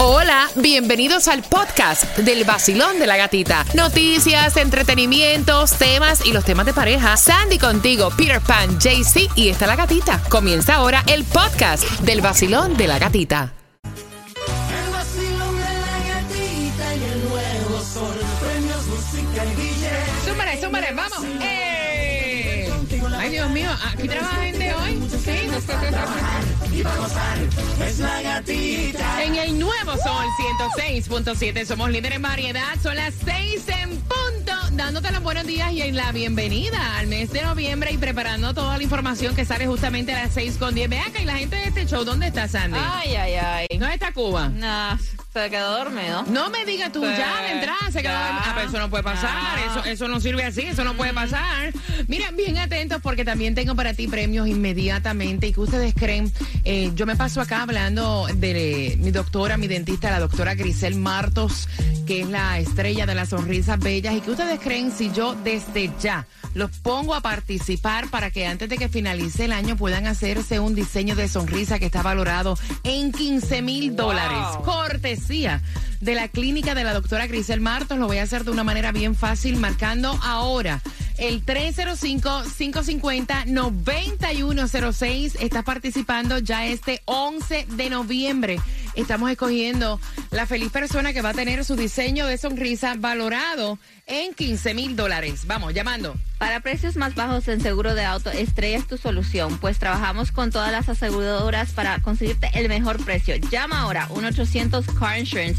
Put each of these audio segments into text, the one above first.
Hola, bienvenidos al podcast del Vacilón de la Gatita. Noticias, entretenimientos, temas y los temas de pareja. Sandy contigo, Peter Pan, JC y está la gatita. Comienza ahora el podcast del Vacilón de la Gatita. El vacilón de la gatita y el nuevo sol. Premios, música y billetes. Súmale, vamos. Ay, Dios mío, ¿aquí trabaja gente hoy? Sí. Y va a gozar, es la gatita. En el nuevo Sol 106.7 somos líderes en variedad. Son las 6 en punto, dándote los buenos días y la bienvenida al mes de noviembre y preparando toda la información que sale justamente a las 6:10. Ve acá, y la gente de este show, ¿dónde está, Sandy? Ay. ¿Dónde está Cuba? Nah, se quedó dormido. No me digas tú, ya de entrada se quedó. Pero eso no puede pasar, eso no sirve así, eso no puede pasar. Mira, bien atentos porque también tengo para ti premios inmediatamente. ¿Y que ustedes creen? Yo me paso acá hablando de mi doctora, mi dentista, la doctora Grisel Martos, que es la estrella de las sonrisas bellas. ¿Y que ustedes creen si yo desde ya los pongo a participar para que antes de que finalice el año puedan hacerse un diseño de sonrisa que está valorado en $15,000? Wow. Cortesía de la clínica de la doctora Grisel Martos. Lo voy a hacer de una manera bien fácil, marcando ahora el 305-550-9106. Estás participando ya este 11 de noviembre. Estamos escogiendo la feliz persona que va a tener su diseño de sonrisa valorado en $15,000. Vamos, llamando. Para precios más bajos en seguro de auto, Estrella es tu solución, pues trabajamos con todas las aseguradoras para conseguirte el mejor precio. Llama ahora 1-800-CAR-INSURANCE,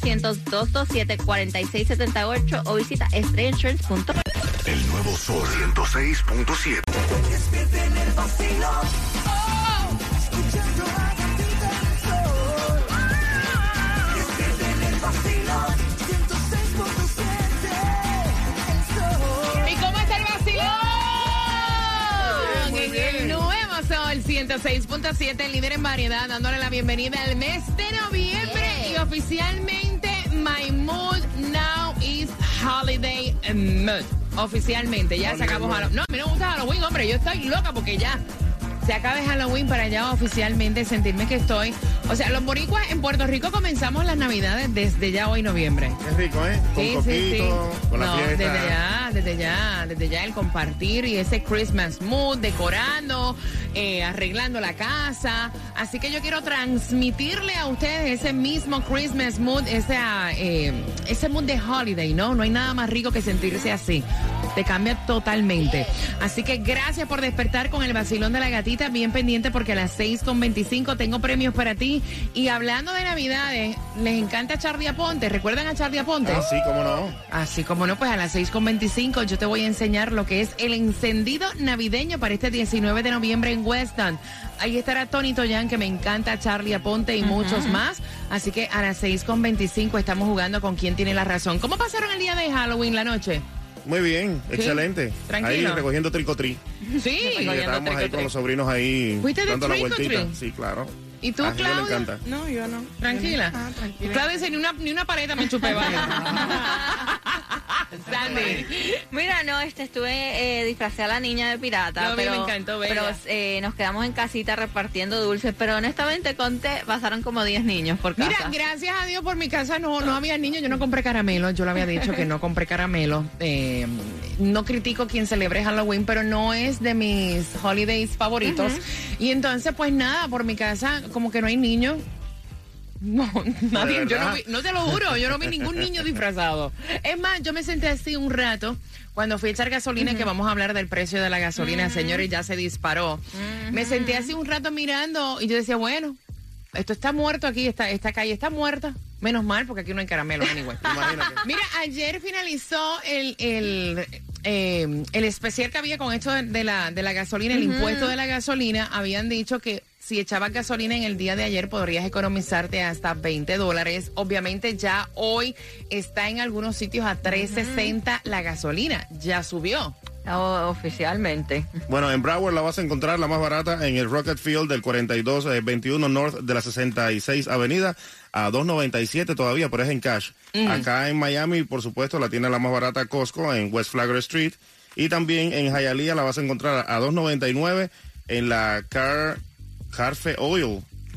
1-800-227-4678 o visita estrellainsurance.com. El nuevo Sol 106.7. Despierte en el vacilón. Escuchando la gatita en el sol. Despierte en el vacilón. 106.7. El sol. ¿Y cómo está el vacilón? Muy bien. En el nuevo Sol 106.7, líder en variedad, dándole la bienvenida al mes de noviembre. Y oficialmente, my mood now is holiday mood. Oficialmente, ya se acabó Halloween. No, a mí no me gusta Halloween, hombre, yo estoy loca porque ya se acabe Halloween para ya oficialmente sentirme que estoy. O sea, los boricuas en Puerto Rico comenzamos las Navidades desde ya hoy noviembre. Es rico, ¿eh? Con coquito, con la fiesta. Desde ya el compartir y ese Christmas mood, decorando, arreglando la casa. Así que yo quiero transmitirle a ustedes ese mismo Christmas mood, ese mood de holiday, ¿no? No hay nada más rico que sentirse así. Te cambia totalmente. Así que gracias por despertar con el vacilón de la gatita. Bien pendiente porque a las 6:25 tengo premios para ti. Y hablando de Navidades, ¿les encanta Charly Aponte? ¿Recuerdan a Charly Aponte? Ah, sí, cómo no. Así como no, pues a las 6:25 yo te voy a enseñar lo que es el encendido navideño para este 19 de noviembre en Weston. Ahí estará Tony Toyan, que me encanta, Charly Aponte y muchos más. Así que a las 6:25 estamos jugando con quién tiene la razón. ¿Cómo pasaron el día de Halloween, la noche? Muy bien, Sí, excelente. tranquilo. Ahí recogiendo tricotri. Sí. Estábamos ahí con los sobrinos ahí ¿Fuiste de dando la trick or vueltita. treat? Sí, claro. ¿Y tú, A ella le Claudia? encanta. No, yo no. Tranquila. Tranquila. Claudia dice, ni una paleta me chupé, vaya. Sandy. Mira, no, estuve disfracé a la niña de pirata, No, me pero, encantó pero verla. nos quedamos en casita repartiendo dulces, pero honestamente conté, pasaron como 10 niños por casa. Mira, gracias a Dios por mi casa no había niños, yo no compré caramelos, yo le había dicho que no compré caramelos. No critico quien celebre Halloween, pero no es de mis holidays favoritos. Y entonces, pues nada, por mi casa como que no hay niños. No, nadie, yo no vi, no te lo juro, yo no vi ningún niño disfrazado. Es más, yo me senté así un rato cuando fui a echar gasolina, que vamos a hablar del precio de la gasolina, señores, ya se disparó. Me senté así un rato mirando y yo decía, bueno, esto está muerto aquí, esta calle está muerta. Menos mal, porque aquí no hay caramelos, anyway. Imagínate. Mira, ayer finalizó el especial que había con esto de la gasolina, el impuesto de la gasolina. Habían dicho que si echabas gasolina en el día de ayer podrías economizarte hasta $20. Obviamente ya hoy está en algunos sitios a $3.60 la gasolina. Ya subió. Oh, oficialmente. Bueno, en Broward la vas a encontrar la más barata en el Rocket Field del 4221 North de la 66 Avenida a $2.97 todavía, pero es en cash. Acá en Miami, por supuesto, la tiene la más barata Costco en West Flagler Street. Y también en Hialeah la vas a encontrar a $2.99 en la Carfe Oil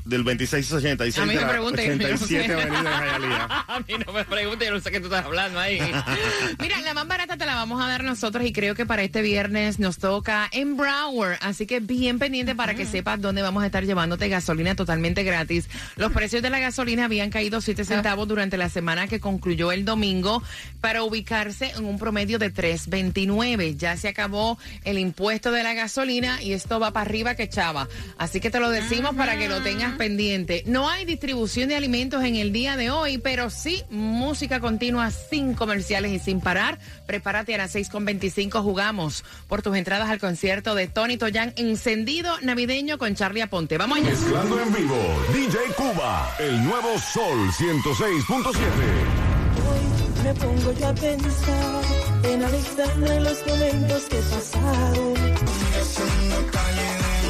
del 2686 a mí de me la pregunte, 87 Avenida de Hialeah. A mí no me pregunte, yo no sé qué tú estás hablando ahí. Mira, la más barata te la vamos a dar nosotros y creo que para este viernes nos toca en Broward, así que bien pendiente para que sepas dónde vamos a estar llevándote gasolina totalmente gratis. Los precios de la gasolina habían caído 7 centavos durante la semana que concluyó el domingo para ubicarse en un promedio de 3.29. Ya se acabó el impuesto de la gasolina y esto va para arriba que chava. Así que te lo decimos para que lo tengas pendiente. No hay distribución de alimentos en el día de hoy, pero sí música continua sin comerciales y sin parar. Prepárate a las 6:25. Jugamos por tus entradas al concierto de Tony Toyan encendido navideño con Charlie Aponte. Vamos allá. Mezclando en vivo, DJ Cuba, el nuevo Sol 106.7. Hoy me pongo yo a pensar en analizar los momentos que pasaron. Es una calle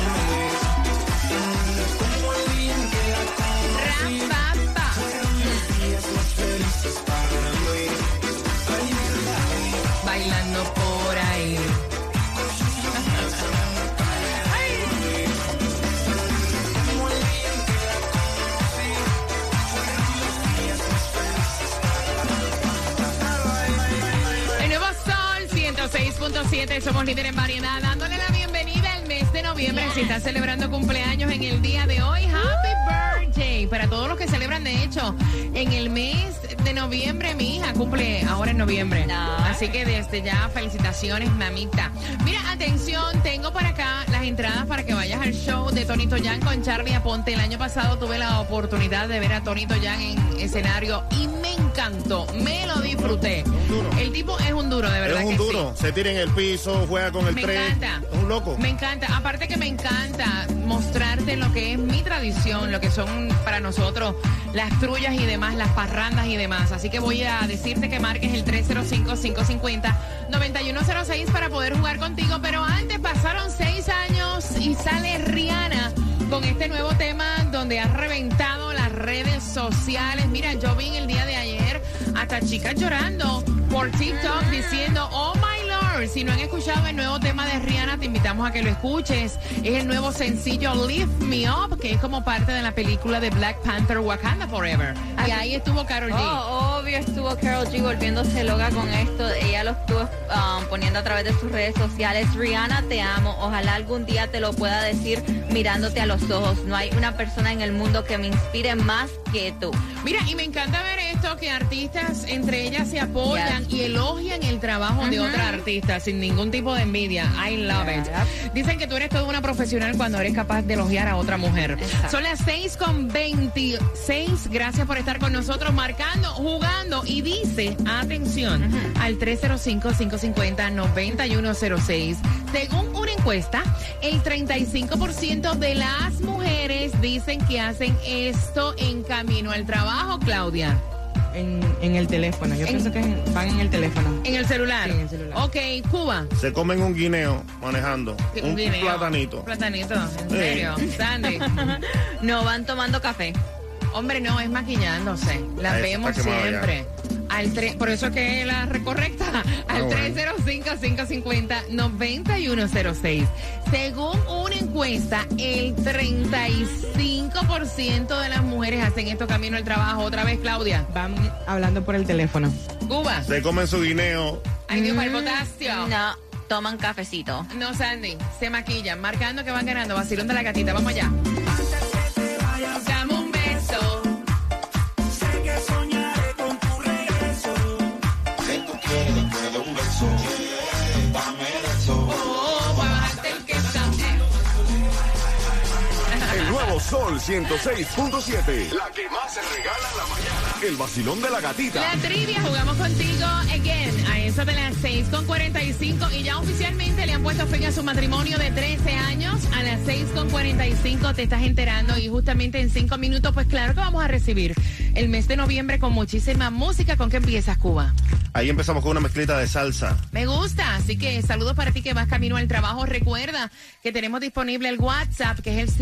como el día en que la conocí. Fueron días más felices para mí. Bailando por ahí. El nuevo Sol 106.7, somos líderes en variedad, dándole la bienvenida al mes de noviembre. Si estás celebrando cumpleaños en el día de hoy, Happy Birthday. Para todos los que celebran, de hecho, en el mes de noviembre, mi hija cumple ahora en noviembre. Así que desde ya, felicitaciones, mamita. Mira, atención, tengo para acá las entradas para que vayas al show de Tony Toyan con Charlie Aponte. El año pasado tuve la oportunidad de ver a Tony Toyan en escenario y me encantó, me lo disfruté. El tipo es un duro, de verdad. Es un que duro, sí. se tira en el piso, juega con el Me tren. encanta. Es un loco. Me encanta. Aparte que me encanta mostrarte lo que es mi tradición, lo que son para nosotros las trullas y demás, las parrandas y demás. Así que voy a decirte que marques el 305-550-9106 para poder jugar contigo. Pero antes pasaron 6 años y sale Rihanna con este nuevo tema donde ha reventado las redes sociales. Mira, yo vi en el día de ayer hasta chicas llorando por TikTok diciendo, oh my Lord, si no han escuchado el nuevo tema de Rihanna, te invitamos a que lo escuches. Es el nuevo sencillo Lift Me Up, que es como parte de la película de Black Panther Wakanda Forever. Y ahí estuvo Karol G. Oh, obvio, estuvo Karol G volviéndose loca con esto. Ella lo estuvo poniendo a través de sus redes sociales. Rihanna, te amo. Ojalá algún día te lo pueda decir mirándote a los ojos. No hay una persona en el mundo que me inspire más que tú. Mira, y me encanta ver esto, que artistas entre ellas se apoyan y elogian el trabajo de otra artista sin ningún tipo de envidia. I love it. Dicen que tú eres toda una profesional cuando eres capaz de elogiar a otra mujer. Exacto. Son las 6:26. Gracias por estar con nosotros, marcando, jugando. Y dice, atención, al 305-550-9106. Según una encuesta, el 35% de las mujeres dicen que hacen esto en camino al trabajo, Claudia. En el teléfono. Yo pienso que van en el teléfono. ¿En el celular? Sí, en el celular. Ok, Cuba. Se comen un guineo manejando. Un guineo. platanito. Platanito, ¿en serio? Sandy. No van tomando café. Hombre, no, es maquillándose. La Eso vemos está quemado siempre. Por eso es que es la correcta. Al bueno. 305-550-9106. Según una encuesta, el 35% de las mujeres hacen esto camino al trabajo. Otra vez, Claudia. Van hablando por el teléfono. Cuba. Se comen su guineo. Ay, Dios, para el potasio. No, toman cafecito. No, Sandy. Se maquillan, marcando que van ganando. Vacilón de la gatita. Vamos allá. Dame un beso. Sé que soñaré con tu regreso. Si tú quieres, te doy un beso. Dame eso. Oh, para bajarte el queso. El nuevo Sol 106.7. La que más se regala en la mañana. El vacilón de la gatita. La trivia, jugamos contigo again a eso de las 6:45 y ya oficialmente le han puesto fin a su matrimonio de 13 años. A las 6:45 te estás enterando y justamente en 5 minutos, pues claro que vamos a recibir el mes de noviembre con muchísima música. ¿Con qué empiezas, Cuba? Ahí empezamos con una mezclita de salsa. Me gusta, así que saludos para ti que vas camino al trabajo. Recuerda que tenemos disponible el WhatsApp, que es el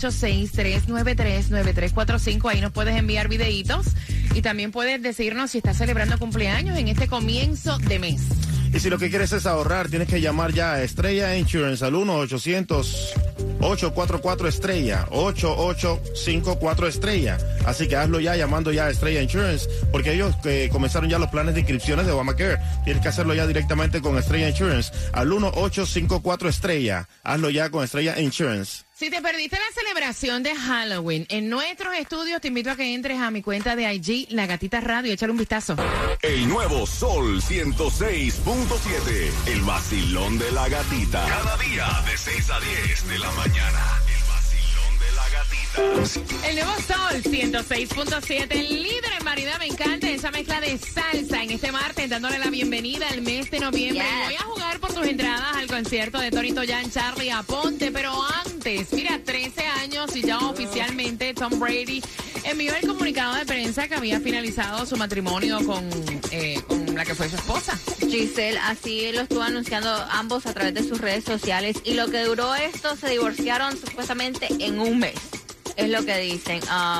786-393-9345. Ahí nos puedes enviar videitos y también puedes decirnos si estás celebrando cumpleaños en este comienzo de mes. Y si lo que quieres es ahorrar, tienes que llamar ya a Estrella Insurance al 1-800 844-ESTRELLA, 8854-ESTRELLA. Así que hazlo ya llamando ya a Estrella Insurance, porque ellos comenzaron ya los planes de inscripciones de Obamacare. Tienes que hacerlo ya directamente con Estrella Insurance al 1854-ESTRELLA. Hazlo ya con Estrella Insurance. Si te perdiste la celebración de Halloween en nuestros estudios, te invito a que entres a mi cuenta de IG, La Gatita Radio, échale un vistazo. El nuevo Sol 106.7. El vacilón de la gatita. Cada día de 6 a 10 de la mañana. El vacilón de la gatita. El nuevo Sol 106.7, el líder en variedad. Me encanta esa mezcla de salsa en este martes, dándole la bienvenida al mes de noviembre. Yes. Voy a jugar por tus entradas al concierto de Tony Toyan, Charlie Aponte, pero antes, mira, 13 años y ya oficialmente Tom Brady envió el comunicado de prensa que había finalizado su matrimonio con la que fue su esposa. Giselle, así lo estuvo anunciando ambos a través de sus redes sociales. Y lo que duró esto, se divorciaron supuestamente en un mes. Es lo que dicen.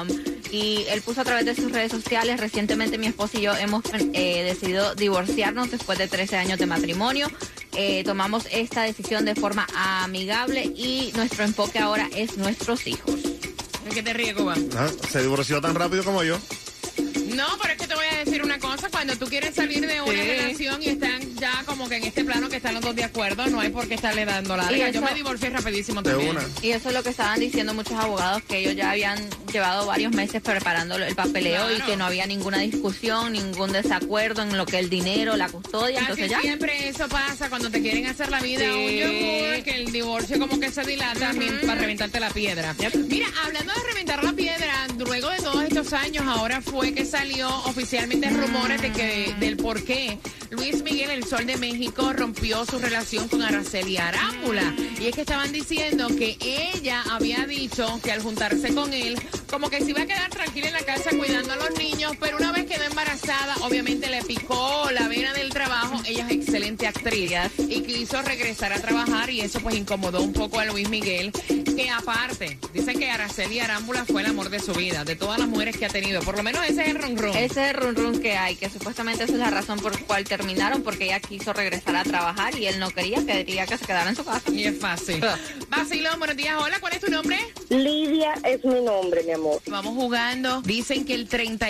Y él puso a través de sus redes sociales: recientemente mi esposo y yo hemos decidido divorciarnos después de 13 años de matrimonio. Tomamos esta decisión de forma amigable y nuestro enfoque ahora es nuestros hijos. ¿De qué te ríes, Cuba? Se divorció tan rápido como yo. No, pero es que te voy a decir una cosa. Cuando tú quieres salir de una relación y están ya como que en este plano que están los dos de acuerdo, no hay por qué estarle dando larga. Yo me divorcié rapidísimo también. Y eso es lo que estaban diciendo muchos abogados, que ellos ya habían llevado varios meses preparando el papeleo. Claro. Y que no había ninguna discusión, ningún desacuerdo en lo que el dinero, la custodia. Casi entonces ya siempre eso pasa cuando te quieren hacer la vida un yogur, que el divorcio como que se dilata para reventarte la piedra. Mira, hablando de reventar la piedra, luego de todos estos años, ahora fue que salió oficialmente rumores del por qué Luis Miguel, el Sol de México, rompió su relación con Araceli Arámbula. Y es que estaban diciendo que ella había dicho que al juntarse con él, como que se iba a quedar tranquila en la casa cuidando a los niños, pero una vez quedó embarazada, obviamente le picó la vena del trabajo. Ella es excelente actriz y quiso regresar a trabajar, y eso pues incomodó un poco a Luis Miguel, que aparte dicen que Araceli Arámbula fue el amor de su vida, de todas las mujeres que ha tenido. Por lo menos ese es el run run. Ese es el run run que hay, que supuestamente esa es la razón por la cual terminaron, porque ella quiso regresar a trabajar y él no quería que se quedara en su casa. Y es fácil. Vacilón, buenos días. Hola, ¿cuál es tu nombre? Lidia es mi nombre, mi amor. Vamos jugando. Dicen que el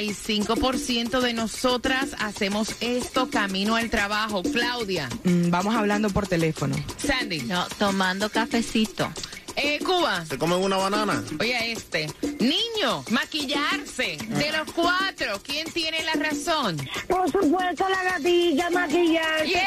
35% de nosotras hacemos esto camino al trabajo. Claudia. Vamos hablando por teléfono. Sandy. No, tomando cafecito. Cuba. ¿Se comen una banana? Oye, niño, maquillarse. De los 4, ¿quién tiene la razón? Por supuesto, la gatilla, maquillarse. ¡Yeah!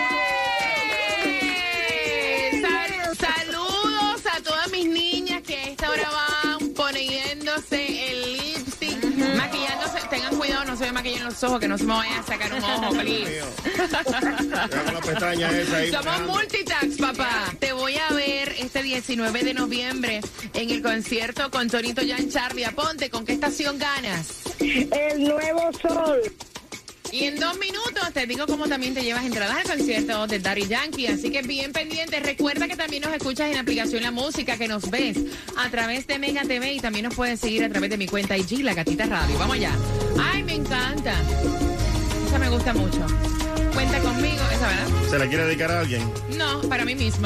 Saludos a todas mis niñas que a esta hora van poniéndose el lipstick, maquillándose. Tengan cuidado, no se me maquillen los ojos, que no se me vayan a sacar un ojo, please. Con la pestaña esa ahí. Somos multitax, papá. Te voy a ver este 19 de noviembre en el concierto con Tony Toyan, Charlie Aponte. ¿Con qué estación ganas? El Nuevo Sol. Y en 2 minutos te digo cómo también te llevas entradas al concierto de Daddy Yankee. Así que bien pendiente. Recuerda que también nos escuchas en la aplicación La Música, que nos ves a través de Mega TV y también nos puedes seguir a través de mi cuenta IG, La Gatita Radio. Vamos allá. Ay, me encanta. Esa me gusta mucho. Cuenta conmigo, esa, ¿verdad? ¿Se la quiere dedicar a alguien? No, para mí misma.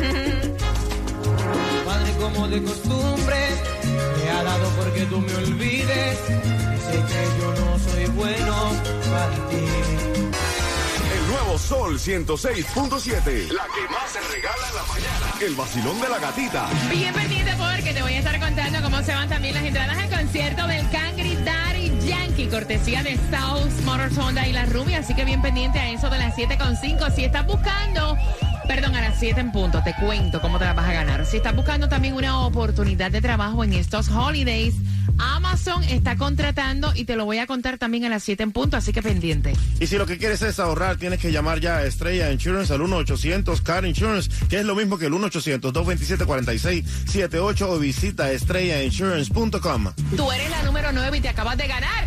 Padre, como de costumbre, me ha dado porque tú me olvides. Sé que yo no soy bueno para ti. El nuevo Sol 106.7. La que más se regala en la mañana. El vacilón de la gatita. Bien pendiente porque te voy a estar contando cómo se van también las entradas al concierto del Cangri Daddy Yankee, cortesía de South Motors Honda y La Rubia. Así que bien pendiente a eso de las 7:05. Si estás buscando... Perdón, a las 7 en punto, te cuento cómo te la vas a ganar. Si estás buscando también una oportunidad de trabajo en estos holidays, Amazon está contratando y te lo voy a contar también a las 7 en punto, así que pendiente. Y si lo que quieres es ahorrar, tienes que llamar ya a Estrella Insurance al 1-800-CAR Insurance, que es lo mismo que el 1-800-227-4678, o visita estrellainsurance.com. Tú eres la número 9 y te acabas de ganar.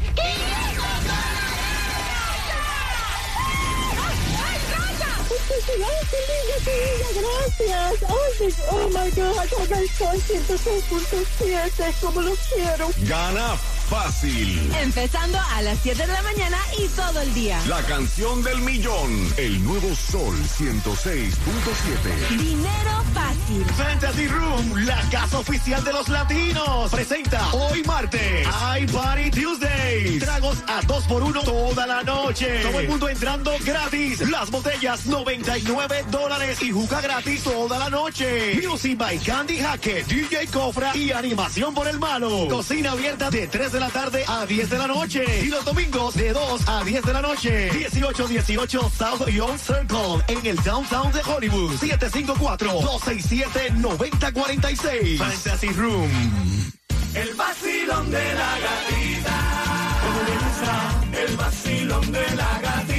Gracias. Oh my God, con el Sol 106.7, como lo quiero. Gana fácil. Empezando a las 7 de la mañana y todo el día. La canción del millón. El nuevo Sol 106.7. Dinero fácil. Fantasy Room, la casa oficial de los latinos, presenta hoy martes iParty Tuesday. Tragos a 2x1 toda la noche. Todo el mundo entrando gratis. Las botellas $99 y juca gratis toda la noche. Music by Candy Hackett, DJ Cofra y animación por el malo. Cocina abierta de 3 de la tarde a 10 de la noche. Y los domingos de 2 a 10 de la noche. 1818 South Young Circle en el downtown de Hollywood. 754-267-9046. Fantasy Room. El vacilón de la gatita. El vacilón de la gatita.